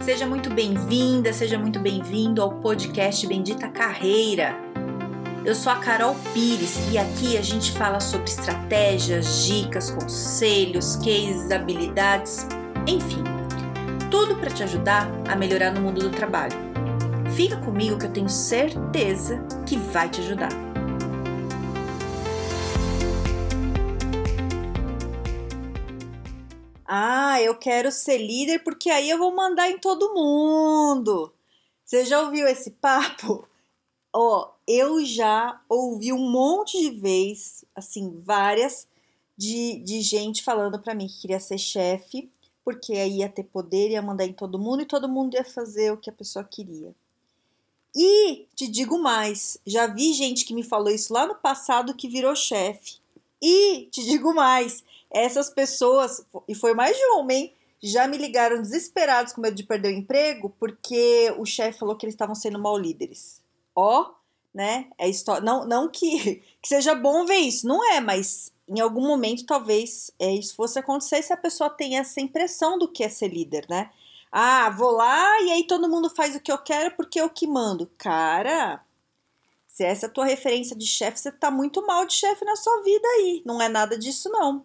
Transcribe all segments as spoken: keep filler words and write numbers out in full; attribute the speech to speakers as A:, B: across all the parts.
A: Seja muito bem-vinda, seja muito bem-vindo ao podcast Bendita Carreira. Eu sou a Carol Pires e aqui a gente fala sobre estratégias, dicas, conselhos, cases, habilidades, enfim, tudo para te ajudar a melhorar no mundo do trabalho. Fica comigo que eu tenho certeza que vai te ajudar. Ah, eu quero ser líder porque aí eu vou mandar em todo mundo. Você já ouviu esse papo? Ó, oh, eu já ouvi um monte de vezes, assim, várias, de, de gente falando pra mim que queria ser chefe, porque aí ia ter poder, ia mandar em todo mundo e todo mundo ia fazer o que a pessoa queria. E te digo mais, já vi gente que me falou isso lá no passado que virou chefe. E te digo mais, essas pessoas, e foi mais de uma, hein, já me ligaram desesperados com medo de perder o emprego porque o chefe falou que eles estavam sendo mal líderes. Ó, né, é história, não, não que, que seja bom ver isso, não é, mas em algum momento talvez é, isso fosse acontecer se a pessoa tem essa impressão do que é ser líder, né? Ah, vou lá e aí todo mundo faz o que eu quero porque eu que mando. Cara, se essa é a tua referência de chefe, você tá muito mal de chefe na sua vida aí, não é nada disso não.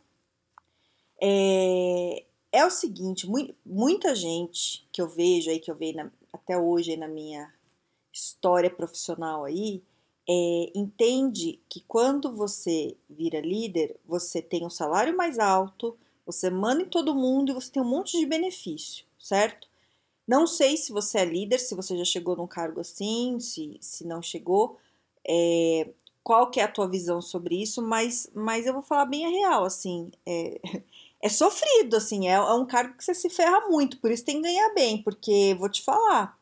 A: É, é o seguinte, mu- muita gente que eu vejo aí, que eu vejo na, até hoje aí na minha história profissional aí, é, entende que quando você vira líder, você tem um salário mais alto, você manda em todo mundo e você tem um monte de benefício, certo? Não sei se você é líder, se você já chegou num cargo assim, se, se não chegou, é, qual que é a tua visão sobre isso, mas, mas eu vou falar bem a real, assim, é, é sofrido, assim, é, é um cargo que você se ferra muito, por isso tem que ganhar bem, porque vou te falar,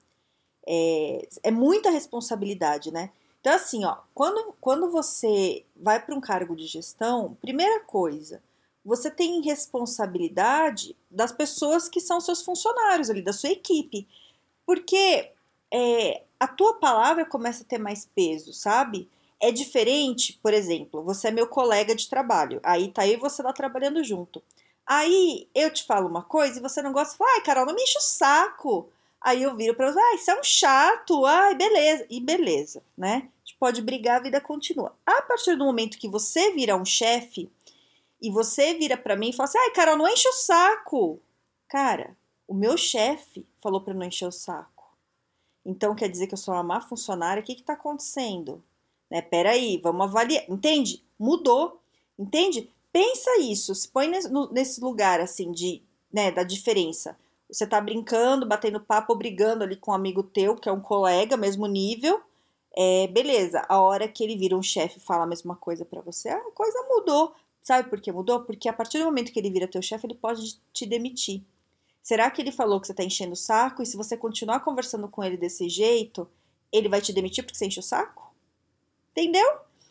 A: é, é muita responsabilidade, né? Então, assim, ó, quando, quando você vai para um cargo de gestão, primeira coisa, você tem responsabilidade das pessoas que são seus funcionários ali, da sua equipe, porque é, a tua palavra começa a ter mais peso, sabe? É diferente, por exemplo, você é meu colega de trabalho, aí tá eu e você lá trabalhando junto. Aí eu te falo uma coisa e você não gosta, fala, ai, Carol, não me enche o saco. Aí eu viro pra você, ai, você é um chato, ai, beleza. E beleza, né? A gente pode brigar, a vida continua. A partir do momento que você vira um chefe e você vira pra mim e fala assim, ai, Carol, não enche o saco. Cara, o meu chefe falou pra eu não encher o saco. Então quer dizer que eu sou uma má funcionária? O que que tá acontecendo? Né? Peraí, vamos avaliar. Entende? Mudou. Entende? Pensa isso. Se põe nesse, no- nesse lugar, assim, de, né, da diferença. Você tá brincando, batendo papo, brigando ali com um amigo teu, que é um colega, mesmo nível. É, beleza. A hora que ele vira um chefe e fala a mesma coisa pra você, a coisa mudou. Sabe por que mudou? Porque a partir do momento que ele vira teu chefe, ele pode te demitir. Será que ele falou que você tá enchendo o saco? E se você continuar conversando com ele desse jeito, ele vai te demitir porque você enche o saco? Entendeu?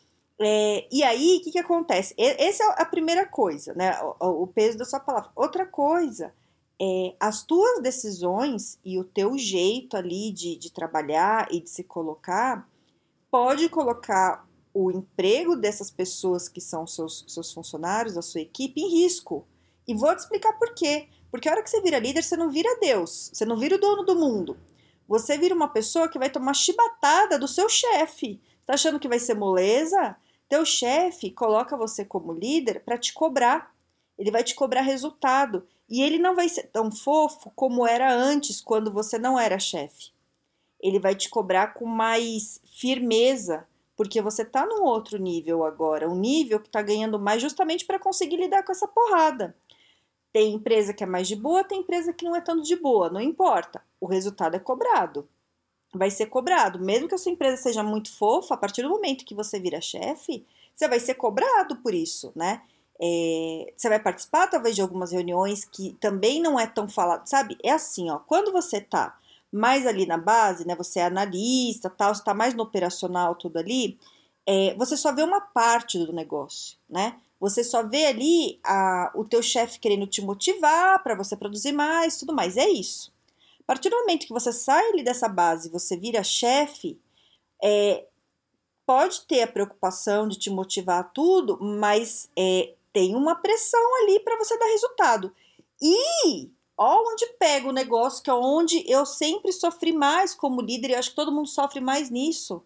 A: É, e aí, o que, que acontece? E- Essa é a primeira coisa, né? O, o peso da sua palavra. Outra coisa, é, as tuas decisões e o teu jeito ali de, de trabalhar e de se colocar pode colocar o emprego dessas pessoas que são seus, seus funcionários, a sua equipe, em risco. E vou te explicar por quê. Porque a hora que você vira líder, você não vira Deus, você não vira o dono do mundo. Você vira uma pessoa que vai tomar chibatada do seu chefe. Tá achando que vai ser moleza? Teu chefe coloca você como líder para te cobrar. Ele vai te cobrar resultado. E ele não vai ser tão fofo como era antes, quando você não era chefe. Ele vai te cobrar com mais firmeza, porque você tá num outro nível agora, um nível que tá ganhando mais justamente para conseguir lidar com essa porrada. Tem empresa que é mais de boa, tem empresa que não é tanto de boa, não importa. O resultado é cobrado. Vai ser cobrado. Mesmo que a sua empresa seja muito fofa, a partir do momento que você vira chefe, você vai ser cobrado por isso, né? É, você vai participar, talvez, de algumas reuniões que também não é tão falado, sabe? É assim, ó, quando você tá mais ali na base, né? Você é analista, tal, você tá mais no operacional, tudo ali, é, você só vê uma parte do negócio, né? Você só vê ali a, o teu chefe querendo te motivar para você produzir mais, tudo mais. É isso. A partir do momento que você sai ali dessa base, você vira chefe, é, pode ter a preocupação de te motivar a tudo, mas é, tem uma pressão ali para você dar resultado. E ó onde pega o negócio, que é onde eu sempre sofri mais como líder, e eu acho que todo mundo sofre mais nisso.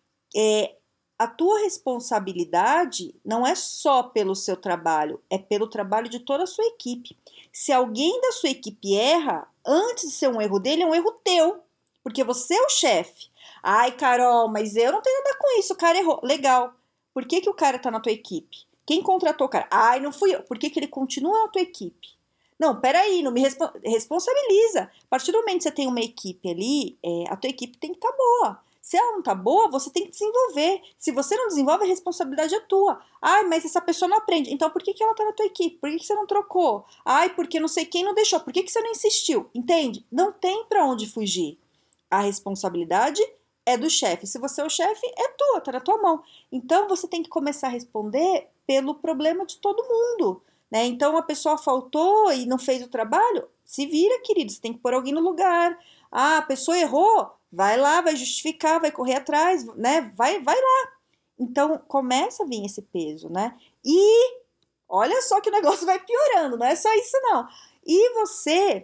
A: É, a tua responsabilidade não é só pelo seu trabalho, é pelo trabalho de toda a sua equipe. Se alguém da sua equipe erra, antes de ser um erro dele, é um erro teu, porque você é o chefe. Ai, Carol, mas eu não tenho nada com isso, o cara errou. Legal. Por que que o cara tá na tua equipe? Quem contratou o cara? Ai, não fui eu. Por que que ele continua na tua equipe? Não, peraí, não me respo responsabiliza. A partir do momento que você tem uma equipe ali, é, a tua equipe tem que estar tá boa. Se ela não tá boa, você tem que desenvolver. Se você não desenvolve, a responsabilidade é tua. Ai, mas essa pessoa não aprende. Então, por que que ela tá na tua equipe? Por que que você não trocou? Ai, porque não sei quem não deixou. Por que que você não insistiu? Entende? Não tem pra onde fugir. A responsabilidade é do chefe. Se você é o chefe, é tua, tá na tua mão. Então, você tem que começar a responder pelo problema de todo mundo, né? Então, a pessoa faltou e não fez o trabalho, se vira, querido, você tem que pôr alguém no lugar. Ah, a pessoa errou, vai lá, vai justificar, vai correr atrás, né? Vai, vai lá. Então, começa a vir esse peso, né? E olha só que o negócio vai piorando, não é só isso não. E você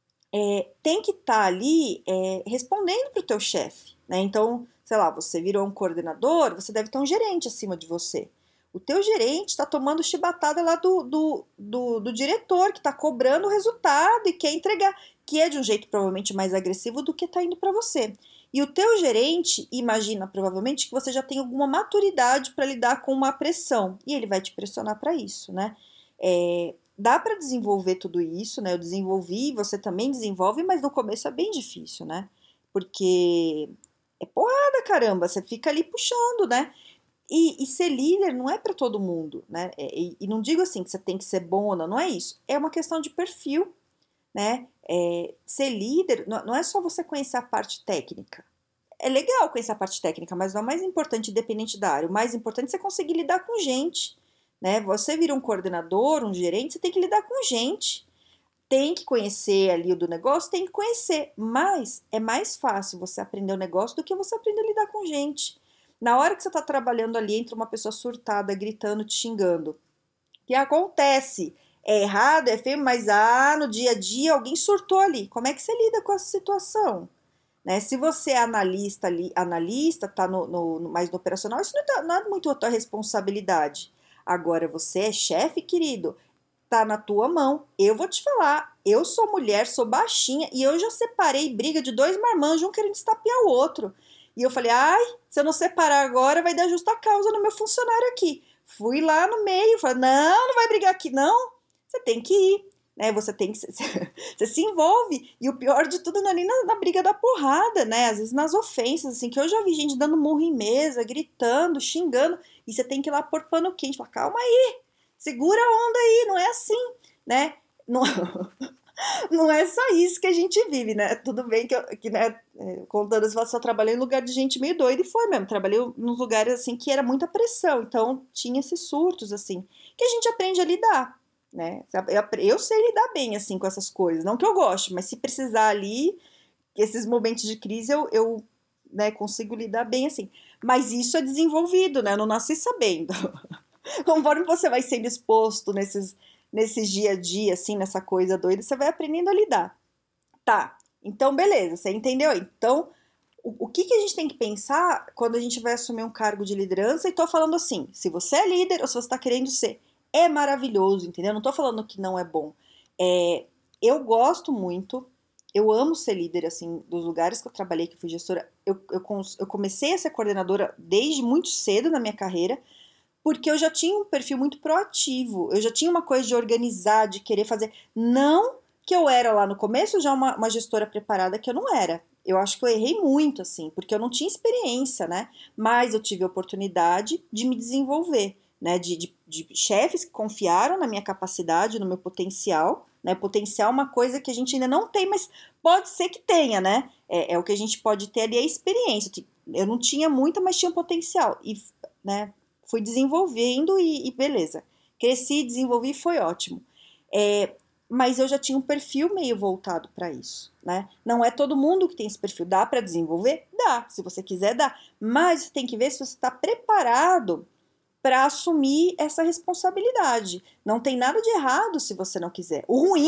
A: é, tem que estar tá ali é, respondendo para o teu chefe, né? Então, sei lá, você virou um coordenador, você deve ter um gerente acima de você. O teu gerente está tomando chibatada lá do, do, do, do diretor, que está cobrando o resultado e quer entregar, que é de um jeito provavelmente mais agressivo do que está indo para você. E o teu gerente imagina provavelmente que você já tem alguma maturidade para lidar com uma pressão, e ele vai te pressionar para isso, né? É, dá para desenvolver tudo isso, né? Eu desenvolvi, você também desenvolve, mas no começo é bem difícil, né? Porque é porrada, caramba, você fica ali puxando, né? E, e ser líder não é para todo mundo, né? E, e não digo assim que você tem que ser bom ou não, não é isso. É uma questão de perfil, né? É, ser líder não, não é só você conhecer a parte técnica. É legal conhecer a parte técnica, mas não é o mais importante, independente da área. O mais importante é você conseguir lidar com gente, né? Você vira um coordenador, um gerente, você tem que lidar com gente. Tem que conhecer ali o do negócio, tem que conhecer. Mas é mais fácil você aprender o negócio do que você aprender a lidar com gente. Na hora que você está trabalhando ali, entra uma pessoa surtada, gritando, te xingando. O que acontece? É errado, é feio, mas ah, no dia a dia alguém surtou ali. Como é que você lida com essa situação? Né? Se você é analista ali, analista, tá no, no, no, mais no operacional, isso não, tá, não é muito a tua responsabilidade. Agora, você é chefe, querido, tá na tua mão. Eu vou te falar, eu sou mulher, sou baixinha, e eu já separei briga de dois marmanjos, um querendo estapear o outro. E eu falei, ai, se eu não separar agora, vai dar justa causa no meu funcionário aqui. Fui lá no meio, falei, não, não vai brigar aqui, não. Você tem que ir, né? Você tem que... Você se envolve. E o pior de tudo não é nem na, na briga da porrada, né? Às vezes nas ofensas, assim, que eu já vi gente dando murro em mesa, gritando, xingando, e você tem que ir lá pôr pano quente. Fala, calma aí, segura a onda aí, não é assim, né? Não... Não é só isso que a gente vive, né? Tudo bem que, eu, que né, contando as eu trabalhei em lugar de gente meio doida e foi mesmo. Trabalhei nos lugares, assim, que era muita pressão. Então, tinha esses surtos, assim, que a gente aprende a lidar, né? Eu, eu sei lidar bem, assim, com essas coisas. Não que eu goste, mas se precisar ali, esses momentos de crise, eu, eu né, consigo lidar bem, assim. Mas isso é desenvolvido, né? Eu não nasci sabendo. Conforme você vai sendo exposto nesses... nesses dia a dia, assim, nessa coisa doida, você vai aprendendo a lidar. Tá, então beleza, você entendeu aí. Então, o, o que, que a gente tem que pensar quando a gente vai assumir um cargo de liderança? E tô falando assim, se você é líder ou se você tá querendo ser, é maravilhoso, entendeu? Não tô falando que não é bom. É, eu gosto muito, eu amo ser líder, assim, dos lugares que eu trabalhei, que eu fui gestora. Eu, eu, eu comecei a ser coordenadora desde muito cedo na minha carreira, porque eu já tinha um perfil muito proativo, eu já tinha uma coisa de organizar, de querer fazer. Não que eu era lá no começo já uma, uma gestora preparada, que eu não era. Eu acho que eu errei muito, assim, porque eu não tinha experiência, né? Mas eu tive a oportunidade de me desenvolver, né? De, de, de chefes que confiaram na minha capacidade, no meu potencial, né? Potencial é uma coisa que a gente ainda não tem, mas pode ser que tenha, né? É, é o que a gente pode ter ali, a experiência. Eu não tinha muita, mas tinha potencial. E, né? Fui desenvolvendo e, e beleza. Cresci, desenvolvi, foi ótimo. É, mas eu já tinha um perfil meio voltado para isso, né? Não é todo mundo que tem esse perfil. Dá para desenvolver? Dá. Se você quiser, dá. Mas você tem que ver se você está preparado para assumir essa responsabilidade. Não tem nada de errado se você não quiser. O ruim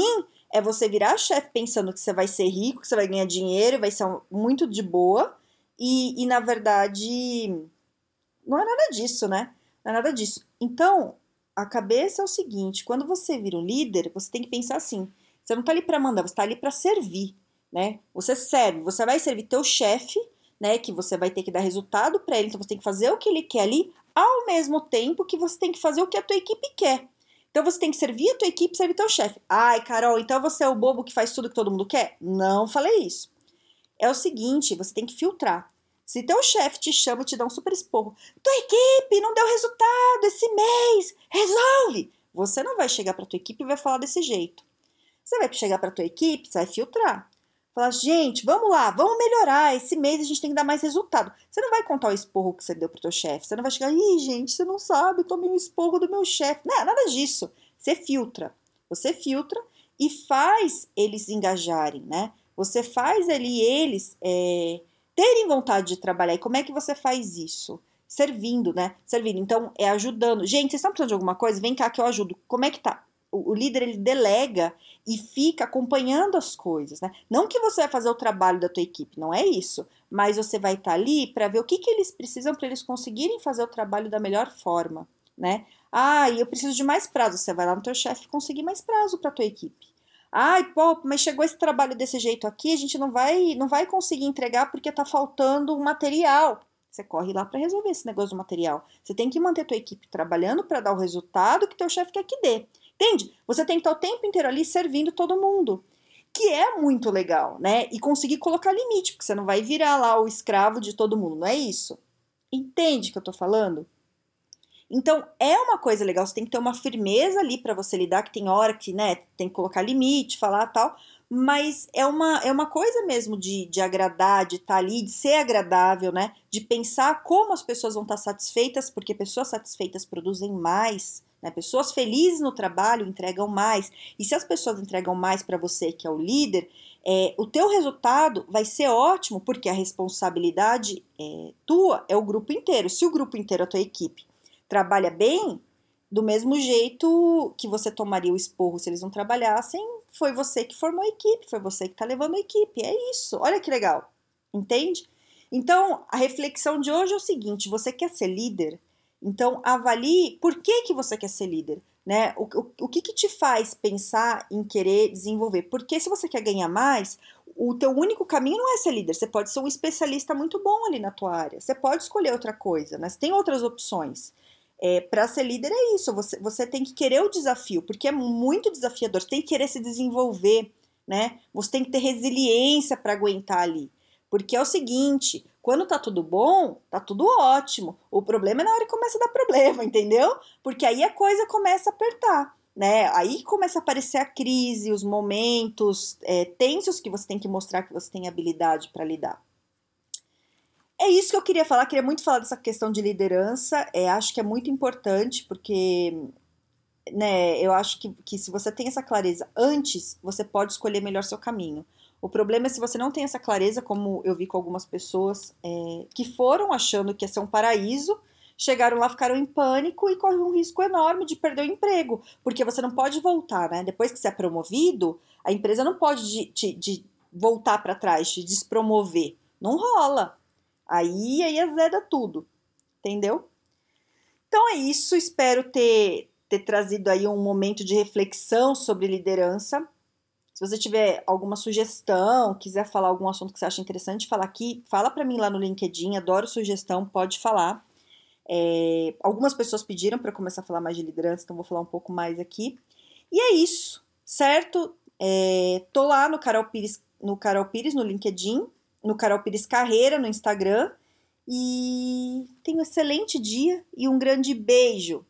A: é você virar chefe pensando que você vai ser rico, que você vai ganhar dinheiro, vai ser um- muito de boa, e, e na verdade não é nada disso, né? Não é nada disso. Então, a cabeça é o seguinte, quando você vira um líder, você tem que pensar assim, você não tá ali para mandar, você tá ali para servir, né? Você serve, você vai servir teu chefe, né, que você vai ter que dar resultado para ele, então você tem que fazer o que ele quer ali, ao mesmo tempo que você tem que fazer o que a tua equipe quer. Então você tem que servir a tua equipe, servir teu chefe. Ai, Carol, então você é o bobo que faz tudo que todo mundo quer? Não falei isso. É o seguinte, você tem que filtrar. Se teu chefe te chama e te dá um super esporro, tua equipe não deu resultado esse mês, resolve! Você não vai chegar para tua equipe e vai falar desse jeito. Você vai chegar para tua equipe, você vai filtrar. Falar, gente, vamos lá, vamos melhorar. Esse mês a gente tem que dar mais resultado. Você não vai contar o esporro que você deu pro teu chefe. Você não vai chegar, ih, gente, você não sabe, eu tomei um esporro do meu chefe. Não, nada disso. Você filtra. Você filtra e faz eles engajarem, né? Você faz ali eles é, terem vontade de trabalhar. E como é que você faz isso? Servindo, né? Servindo. Então, é ajudando. Gente, vocês estão precisando de alguma coisa? Vem cá que eu ajudo. Como é que tá? O, o líder, ele delega e fica acompanhando as coisas, né? Não que você vai fazer o trabalho da tua equipe, não é isso. Mas você vai estar ali para ver o que, que eles precisam para eles conseguirem fazer o trabalho da melhor forma, né? Ah, e eu preciso de mais prazo. Você vai lá no teu chefe conseguir mais prazo para tua equipe. Ai, pô, mas chegou esse trabalho desse jeito aqui, a gente não vai, não vai conseguir entregar porque tá faltando um material. Você corre lá para resolver esse negócio do material. Você tem que manter tua equipe trabalhando para dar o resultado que teu chefe quer que dê. Entende? Você tem que estar o tempo inteiro ali servindo todo mundo. Que é muito legal, né? E conseguir colocar limite, porque você não vai virar lá o escravo de todo mundo, não é isso? Entende o que eu tô falando? Então, é uma coisa legal, você tem que ter uma firmeza ali para você lidar, que tem hora que, né, tem que colocar limite, falar tal, mas é uma, é uma coisa mesmo de, de agradar, de estar ali, de ser agradável, né, de pensar como as pessoas vão estar satisfeitas, porque pessoas satisfeitas produzem mais, né, pessoas felizes no trabalho entregam mais, e se as pessoas entregam mais para você, que é o líder, é, o teu resultado vai ser ótimo, porque a responsabilidade é, tua é o grupo inteiro, se o grupo inteiro é a tua equipe, trabalha bem, do mesmo jeito que você tomaria o esporro se eles não trabalhassem, foi você que formou a equipe, foi você que está levando a equipe, é isso, olha que legal, entende? Então, a reflexão de hoje é o seguinte, você quer ser líder? Então, avalie por que, que você quer ser líder, né? O, o, o que, que te faz pensar em querer desenvolver? Porque se você quer ganhar mais, o teu único caminho não é ser líder, você pode ser um especialista muito bom ali na tua área, você pode escolher outra coisa, né? Você tem outras opções. É, para ser líder é isso, você, você tem que querer o desafio, porque é muito desafiador, você tem que querer se desenvolver, né? Você tem que ter resiliência para aguentar ali. Porque é o seguinte, quando tá tudo bom, tá tudo ótimo. O problema é na hora que começa a dar problema, entendeu? Porque aí a coisa começa a apertar, né? Aí começa a aparecer a crise, os momentos é, tensos que você tem que mostrar que você tem habilidade para lidar. É isso que eu queria falar, queria muito falar dessa questão de liderança, é, acho que é muito importante, porque né, eu acho que, que se você tem essa clareza antes, você pode escolher melhor seu caminho. O problema é se você não tem essa clareza, como eu vi com algumas pessoas é, que foram achando que ia ser um paraíso, chegaram lá, ficaram em pânico e correm um risco enorme de perder o emprego, porque você não pode voltar, né? Depois que você é promovido, a empresa não pode de, de, de voltar para trás, te despromover. Não rola. Aí, aí azeda tudo, entendeu? Então é isso, espero ter, ter trazido aí um momento de reflexão sobre liderança. Se você tiver alguma sugestão, quiser falar algum assunto que você acha interessante falar aqui, fala para mim lá no LinkedIn, adoro sugestão, pode falar. É, algumas pessoas pediram para eu começar a falar mais de liderança, então vou falar um pouco mais aqui. E é isso, certo? É, tô lá no Carol Pires, no Carol Pires no LinkedIn, no Carol Pires Carreira no Instagram. E tenha um excelente dia e um grande beijo!